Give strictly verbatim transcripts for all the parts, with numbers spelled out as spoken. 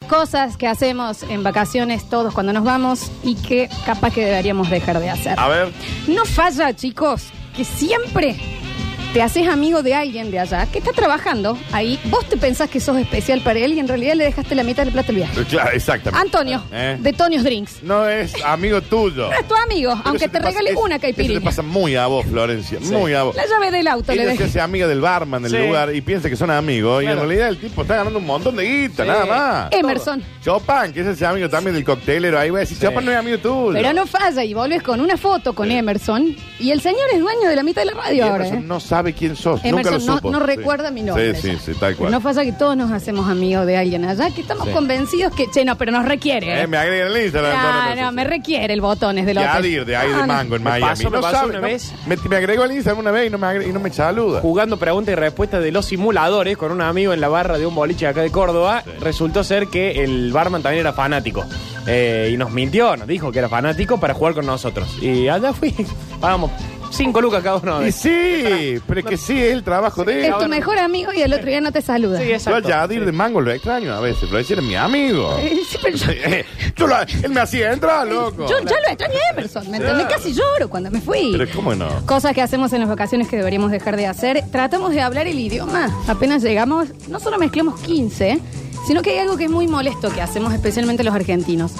Cosas que hacemos en vacaciones todos cuando nos vamos y que capaz que deberíamos dejar de hacer. A ver. No falla, chicos, que siempre te haces amigo de alguien de allá que está trabajando ahí. Vos te pensás que sos especial para él y en realidad le dejaste la mitad del plato del viaje. Claro, exactamente. Antonio, ¿Eh? de Tonios Drinks. No es amigo tuyo. No es tu amigo, Pero aunque eso te pasa- regale es- una Eso te caipirinha. pasa muy a vos, Florencia. Sí. Muy a vos. La llave del auto le Ella se dejé. hace amiga del barman del Sí. lugar y piensa que son amigos. Y Claro. en realidad el tipo está ganando un montón de guita, Sí. nada más. Emerson. Chopin, que es ese amigo también del coctelero. Ahí va a decir, Sí. Chopin no es amigo tuyo. Pero no falla y volves con una foto con Emerson y el señor es dueño de la mitad de la Y radio ahora. Emerson ¿eh? no sabe quién sos. Nunca Emerson lo no, supo. no Sí. recuerda mi nombre. Sí, sí, ya. sí, tal cual. No pasa que todos nos hacemos amigos de alguien allá, que estamos Sí. convencidos que, che, no, pero nos requiere. Eh, me agregan el Instagram. No, Antonio, no, entonces. me requiere el botones del hotel. Yadir de ahí No, de no. Mango en Me Miami. pasó, me no pasó sabe, una no- vez. Me, me agregó al Instagram una vez y no me, agre- y no me saluda. Jugando preguntas y respuestas de los simuladores con un amigo en la barra de un boliche acá de Córdoba, Sí. resultó ser que el barman también era fanático. Eh, y nos mintió, nos dijo que era fanático para jugar con nosotros. Y allá fui, pagamos cinco lucas cada uno. Y sí, pero es que sí, es el trabajo de él. Es tu mejor amigo y el otro día no te saluda. Sí, Yo exacto. al Yadir Sí. de Mango lo extraño a veces, pero decir es mi amigo. Eh, sí, pero yo, Yo lo- él me hacía entrar, loco. yo ya lo extrañé a Emerson, ¿me entendés? Claro. Casi lloro cuando me fui. Pero ¿cómo no? Cosas que hacemos en las vacaciones que deberíamos dejar de hacer. Tratamos de hablar el idioma. Apenas llegamos, no solo mezclamos quince, sino que hay algo que es muy molesto que hacemos especialmente los argentinos.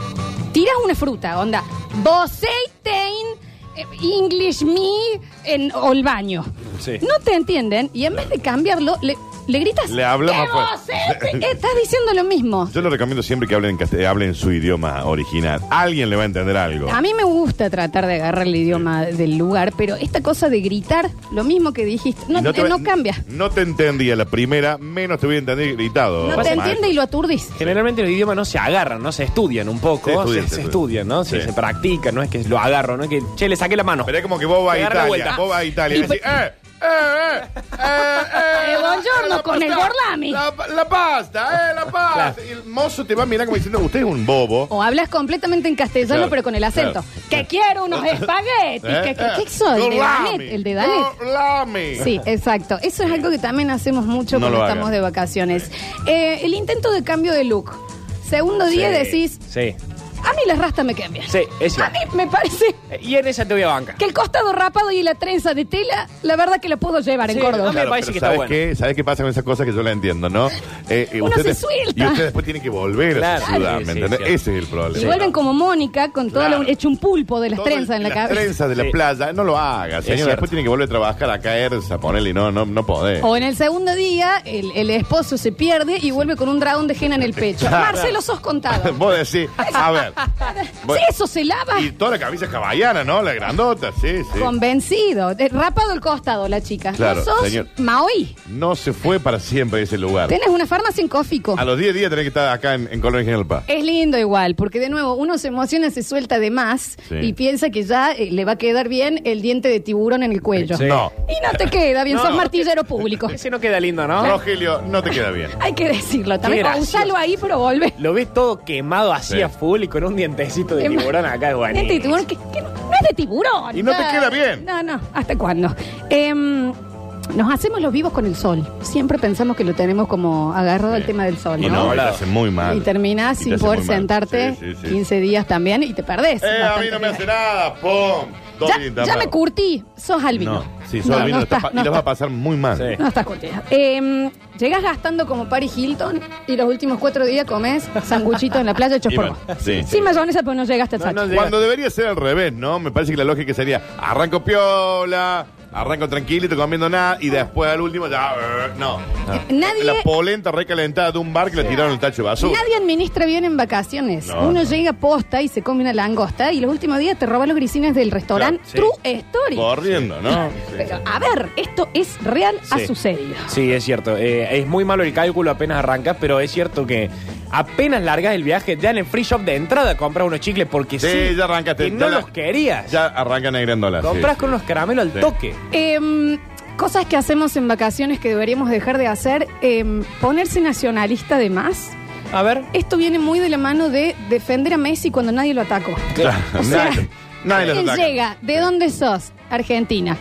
Tiras una fruta, onda, Boseitein, eh, English me, en, o el baño. Sí. No te entienden y en vez de cambiarlo, le, le gritas. Le hablas "¡Qué más fuerte!". Boseite!". Estás diciendo lo mismo. Yo le recomiendo siempre que hablen en, cast- hablen en su idioma original. Alguien le va a entender algo. A mí me gusta tratar de agarrar el idioma del lugar, pero esta cosa de gritar, lo mismo que dijiste, no, Y te eh, va- no cambia. No te entendía la primera, menos te voy a entender gritado. No te maestro. entiende y lo aturdís. Generalmente los idiomas no se agarran, no se estudian un poco, Se estudian, se, se se estudian. estudian, ¿no? Se, Sí. se practican, no es que lo agarro, no es que, che, le saqué la mano. Pero es como que vos vas a Te agarra la Italia. vuelta. Vos vas a Italia y Y decís, ¡eh! ¡Eh, eh! ¡Eh, eh! Eh, buongiorno, la con pasta, el gorlami. La, la pasta, ¡eh, la pasta! Claro. Y el mozo te va a mirar como diciendo, usted es un bobo. O hablas completamente en castellano, Claro, pero con el acento. claro. Que quiero unos espaguetis. ¿Eh? ¿Qué, qué, qué soy? ¿El de Gorlami. Danet? ¿El de Danet? Gorlami. Sí, exacto. Eso es algo que también hacemos mucho No cuando lo estamos hagan. de vacaciones. Eh, el intento de cambio de look. Segundo día Sí, decís, Sí, a mí las rastas me quedan bien. sí, es A cierto. mí me parece Y en esa te voy a bancar. que el costado rapado y la trenza de tela, la verdad que lo puedo llevar en Sí, Córdoba. a mí me parece pero que está ¿sabes bueno. qué? ¿Sabes qué pasa con esas cosas que yo la entiendo, no? Eh, eh, Uno se suelta. Y ustedes después tienen que volver Claro. a su ciudad, Sí, ¿me sí, entendés? cierto. Ese es el problema. Y vuelven como Mónica con todo Claro. lo, hecho un pulpo de las Todo trenzas el- en la las cabeza. trenzas de la Sí. playa, no lo haga, señor. cierto. Después tiene que volver a trabajar a caerse, a ponerle y no, no, no podés. O en el segundo día, el, el esposo se pierde y vuelve con un dragón de henna en el pecho. Claro. Marcelo, sos contado. Vos decís, a ver. vos- Si eso se lava, Y toda la camisa hawaiana, ¿no? La grandota, sí, sí. convencido. De- rapado el costado la chica. Claro, No sos señor. Maoi. No se fue para siempre ese lugar. Tenés una farmacia en Cófico. A los diez días tenés que estar acá en, en Colón General Paz. Es lindo igual, porque de nuevo uno se emociona, se suelta de más Sí. y piensa que ya eh, le va a quedar bien el diente de tiburón en el cuello. Sí. No. Y no te queda bien, No. sos martillero público. Ese no queda lindo, ¿no? Rogelio, no te queda bien. Hay que decirlo también. Qué O gracioso. usalo ahí, pero volve. Lo ves todo quemado así Sí. a full y con un dientecito de tiburón acá es bueno. Diente de tiburón, que, que no, no es de tiburón. Y no te ya. queda bien. No, no. ¿Hasta cuándo? Em, nos hacemos los vivos con el sol. Siempre pensamos que lo tenemos como agarrado al tema del sol, Y ¿no? no, te hace muy mal. Y terminás Y te sin hace poder muy mal. sentarte Sí, sí, sí. quince días también y te perdés. Eh, a mí bastante no me bien. hace nada. ¡Pum! Dos Ya, días ya me curtí. Sos albino. No, sí, sos albino, no está estás- pa- no y lo va a estás- pasar muy mal. Sí. No estás curtida. Eh, Llegas gastando como Paris Hilton y los últimos cuatro días comes sanguchito en la playa hecho Y por bueno, vos. sí. Sin mayonesa, pero no llegaste al No, sacho. no llega. Cuando debería ser al revés, ¿no? Me parece que la lógica sería arranco piola, arranco tranquilito comiendo nada y después al último ya... eh, no. Nadie- La polenta recalentada de un bar que le tiraron el tacho de basura. Nadie administra bien en vacaciones. No, Uno no. llega posta y se come una langosta y los últimos días te roba los grisines del restaurante. Claro, sí. True story. Corriendo, ¿no? Pero, a ver, esto es real, ha Sí. sucedido. Sí, es cierto. Eh, es muy malo el cálculo apenas arrancas, pero es cierto que apenas largas el viaje, ya en el free shop de entrada compras unos chicles porque sí, Sí, ya arrancaste. y Ya no la- los querías. Ya arranca negra en dólares. Compras sí. con unos caramelos al Sí. toque. Em, cosas que hacemos en vacaciones que deberíamos dejar de hacer. em, ponerse nacionalista de más. A ver. Esto viene muy de la mano de defender a Messi cuando nadie lo atacó. Claro, O sea, nadie, nadie los él ataca. llega, ¿de dónde sos? Argentina.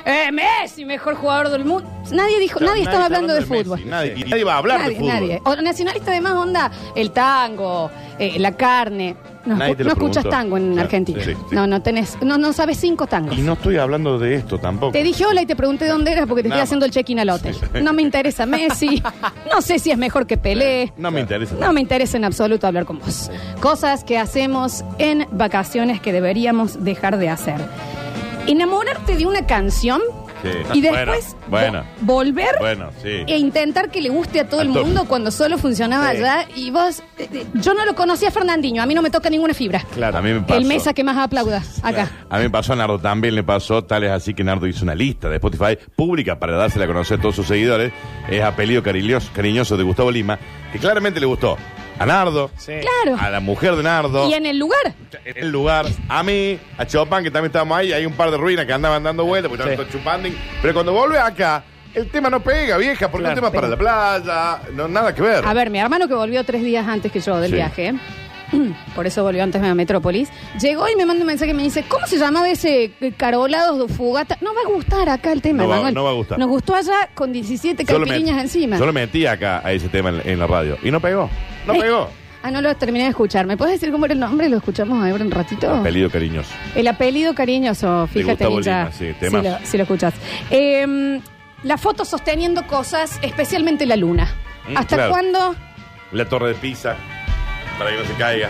eh, Messi, mejor jugador del mundo. Nadie dijo, Claro, nadie estaba hablando de, Messi, fútbol. Nadie, y nadie va a hablar Nadie, de fútbol. nadie. O nacionalista de más onda, el tango, eh, la carne. No, Nadie te lo no escuchas preguntó. tango en Claro, Argentina. sí, sí. No, no tenés, no, no sabes cinco tangos. Y no estoy hablando de esto tampoco. Te dije hola y te pregunté dónde eras porque te Nada estoy haciendo el check-in al hotel. No me interesa Messi. No sé si es mejor que Pelé. No me interesa. No me interesa en absoluto hablar con vos. Cosas que hacemos en vacaciones que deberíamos dejar de hacer. Enamorarte de una canción Sí. y después Bueno, vo- volver bueno, sí. e intentar que le guste a todo el A todo. mundo cuando solo funcionaba Sí. allá. Y vos, eh, eh, yo no lo conocía a Fernandinho, a mí no me toca ninguna fibra. Claro. A mí me pasó. El mesa que más aplauda acá. A mí me pasó, a Nardo también le pasó, tal es así que Nardo hizo una lista de Spotify pública para dársela a conocer a todos sus seguidores. Es apellido cariñoso, cariñoso de Gustavo Lima, que claramente le gustó a Nardo, Sí. Claro. a la mujer de Nardo, Y en el lugar. en el lugar, a mí, a Chopin, que también estábamos ahí, hay un par de ruinas que andaban dando vueltas, porque estaban Sí. todos chupando. Pero cuando vuelve acá, el tema no pega, vieja, porque Claro. es un tema para la playa, no, nada que ver. A ver, mi hermano que volvió tres días antes que yo del Sí. viaje, por eso volvió antes de Metrópolis, llegó y me manda un mensaje y me dice, ¿cómo se llamaba ese eh, Carolados de Fugata? No va a gustar acá el tema, No va- Emanuel. no va a gustar. Nos gustó allá con diecisiete Yo lo caipiriñas met- encima. Yo lo metí acá a ese tema en, en la radio y no pegó, no Eh, pegó. Ah, no lo terminé de escuchar. ¿Me puedes decir cómo era el nombre? Lo escuchamos ahora un ratito. Apellido cariñoso. El apellido cariñoso, fíjate, Gustavo Ninja, Lima, sí, si, temazo. lo, si lo escuchas. Eh, la foto sosteniendo cosas, especialmente la luna. Mm, ¿Hasta claro. cuándo? La torre de Pisa, para que no se caiga.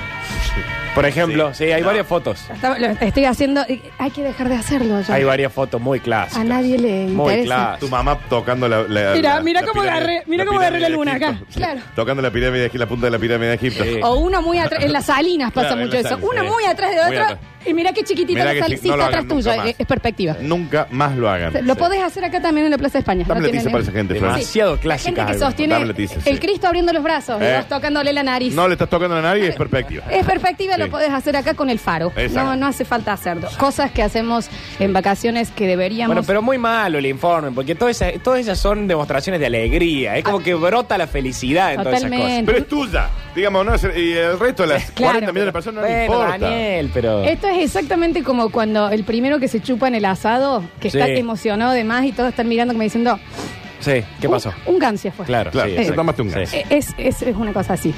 Por ejemplo, sí, Sí. hay No. varias fotos. Hasta- lo estoy haciendo. eh, Hay que dejar de hacerlo ya. Hay varias fotos muy clásicas. A nadie le Muy interesa. clásicas. Tu mamá tocando la. la- Mira, la- mira la cómo pirámide- agarré- mira la cómo agarré la pirámide luna de acá. Egipto. Claro. Tocando la pirámide de Egipto, la punta de la pirámide de Egipto. Sí. O una muy atrás. En las salinas pasa Claro, en mucho las eso. salinas, Una sí. muy atrás de Muy otra. atrás. Y mira qué chiquitita Mirá la que salina. sí, Sí, no lo está hagan atrás tuya. nunca más. Es, es perspectiva. Nunca más lo hagan. Lo Sí. podés hacer acá también en la Plaza de España. Dame No tiene Leticia para esa ningún- gente, Flor. Demasiado La gente clásicas. que algunas. sostiene Dame Leticia, sí. el Cristo abriendo los brazos y Eh. vos tocándole la nariz. No le estás tocando la nariz, es perspectiva. Es perspectiva, Sí. lo podés hacer acá con el faro. Exacto. No, no hace falta hacerlo. Cosas que hacemos en vacaciones que deberíamos. Bueno, pero muy malo el informe, porque todas esas, todas esas son demostraciones de alegría. Es como que brota la felicidad en todas esas Totalmente. Pero es tuya. Digamos, no es- y el resto de las Claro. cuarenta millones de personas no cosas. le Bueno, importa. Daniel, pero... Esto es exactamente como cuando el primero que se chupa en el asado, que Sí. está emocionado de más y todos están mirando como diciendo, Sí, ¿qué pasó? Un, un gancia fue. Claro, Claro, sí, te exacto. tomaste un Sí. gas. Eh, Es, es, es una cosa así.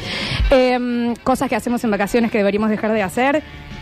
Eh, cosas que hacemos en vacaciones que deberíamos dejar de hacer.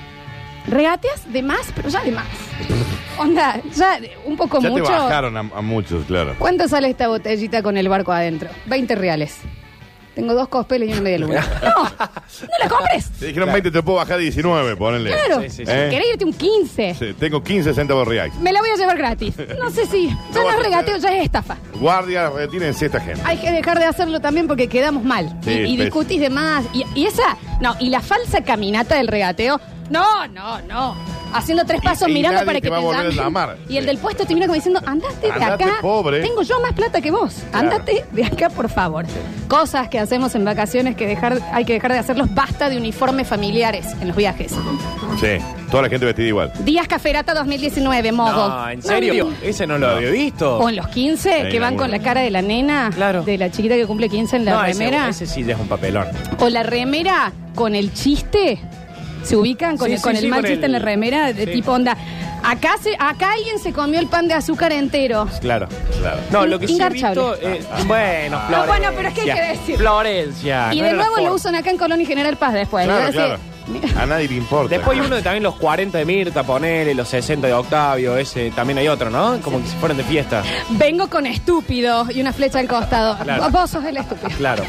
Regateas de más, pero ya de más. Onda, ya de- un poco Ya mucho. te bajaron a, a muchos, claro. ¿Cuánto sale esta botellita con el barco adentro? veinte reales. Tengo dos cospeles y una media luna. No, no la compres. Te dijeron veinte, te puedo bajar a diecinueve, ponele. Claro. Sí, sí, sí. ¿Eh? ¿Querés irte un quince? Sí, tengo quince centavos reales. Me la voy a llevar gratis. No sé si. Ya No no, vas es a regateo, hacer- ya es estafa. Guardia, retírense esta gente. Hay que dejar de hacerlo también porque quedamos mal. Sí, y y sí. discutís de más. Y, y esa. No, y la falsa caminata del regateo. No, no, no. Haciendo tres Y- pasos y mirando nadie para te que va a te volver a llamen. llamar. Y el Sí. del puesto te mira como diciendo, andate de Andate, acá. pobre. Tengo yo más plata que vos. Andate de acá, por favor. Cosas que hacemos en vacaciones que dejar, hay que dejar de hacerlos. Basta de uniformes familiares en los viajes. Sí, toda la gente vestida igual. Días Caferata dos mil diecinueve, modo. No, ¿en serio? No. Ese no lo No. había visto. O en los quince, Sí, que van alguno. con la cara de la nena, Claro. de la chiquita que cumple quince en la no, ese, remera. ese sí ya es un papelón. O la remera con el chiste. ¿Se ubican con Sí, el, sí, con el sí, mal con chiste el- en la remera? De sí. tipo onda. Acá, se, acá alguien se comió el pan de azúcar entero. Claro. Claro. No, lo que sí he Ingarchable. visto... eh, bueno, Florencia. bueno, pero es que hay que decir. Florencia. y no de era la nuevo lo forma. usan acá en Colón y General Paz después. Claro, Así, claro. mira, A nadie le importa. Después hay uno de también los cuarenta de Mirta, ponele, los sesenta de Octavio, ese también hay otro, ¿no? Como que si fueran de fiesta. vengo con estúpido y una flecha al costado. Claro. Vos sos el estúpido. Claro.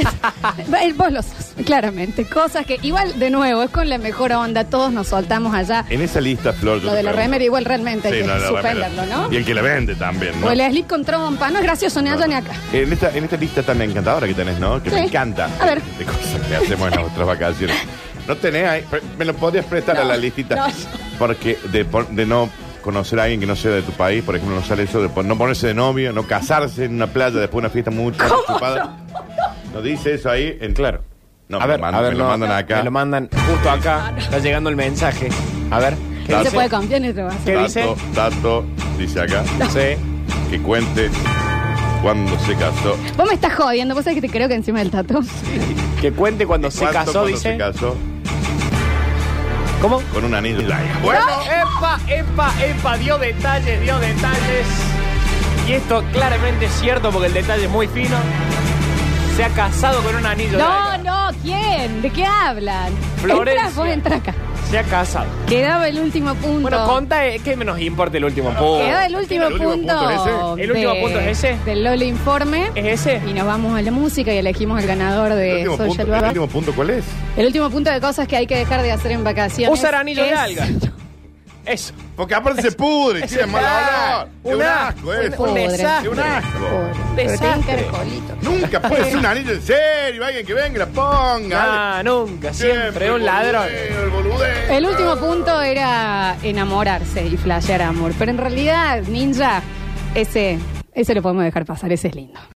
Vos lo sos, claramente. Cosas que, igual, de nuevo, es con la mejor onda. Todos nos soltamos allá. En esa lista, Flor. yo Lo te de la pregunto. remera, igual, realmente hay Sí, que no, la suspenderlo, remera. ¿no? Y el que la vende también, ¿no? O el slip con trompa. No es gracioso ni allá ni acá. En esta, en esta lista tan encantadora que tenés, ¿no? Que Sí. me encanta. A ver. De cosas que hacemos en nuestras vacaciones. No tenés ahí. pre- Me lo podrías prestar No, a la listita. no. Porque de, por- de no conocer a alguien que no sea de tu país, por ejemplo, no sale eso de pon- no ponerse de novio, no casarse en una playa después de una fiesta muy chupada. No dice eso ahí. En, Claro. No, a me ver, lo mandan, a ver, me lo no, mandan acá. Me lo mandan justo acá. Está llegando el mensaje. A ver. ¿Qué No se dice? puede confiar en esto. ¿Qué Dato, dice? dato, dice acá, Sí. que cuente cuando se casó. Vos me estás jodiendo. Vos sabés que te creo que encima del tatu. Que cuente cuando se ¿Cuánto casó, cuando dice. se casó? ¿Cómo? Con un anillo. Bueno, Epa, epa, epa, dio detalles, dio detalles. Y esto claramente es cierto porque el detalle es muy fino. Se ha casado con un anillo. No, de no, ¿quién? ¿De qué hablan? Florencia. Entra, vos entra acá. Se ha casado. Quedaba el último punto. Bueno, conta, eh, ¿qué nos importa el último punto? Quedaba el último ¿El último punto. punto es ese? ¿El último de- punto es ese? Del Lola Informe. ¿Es ese? Y nos vamos a la música y elegimos el ganador el de último, Social punto, el Baba. último punto, ¿cuál es? El último punto de cosas que hay que dejar de hacer en vacaciones. Usar anillo de es- alga. Eso. Porque aparte se pudre, tiene mal olor. Es un asco un- eso. un Pudre. desastre. Es un asco. Pudre. Pero Desastre. tienen caracolito. Nunca puede ser un anillo en serio. Alguien que venga y la ponga. Ah, nunca, siempre un ladrón. boludeo, el boludeo. El último punto era enamorarse y flashear amor. Pero en realidad, Ninja, ese, ese lo podemos dejar pasar, ese es lindo.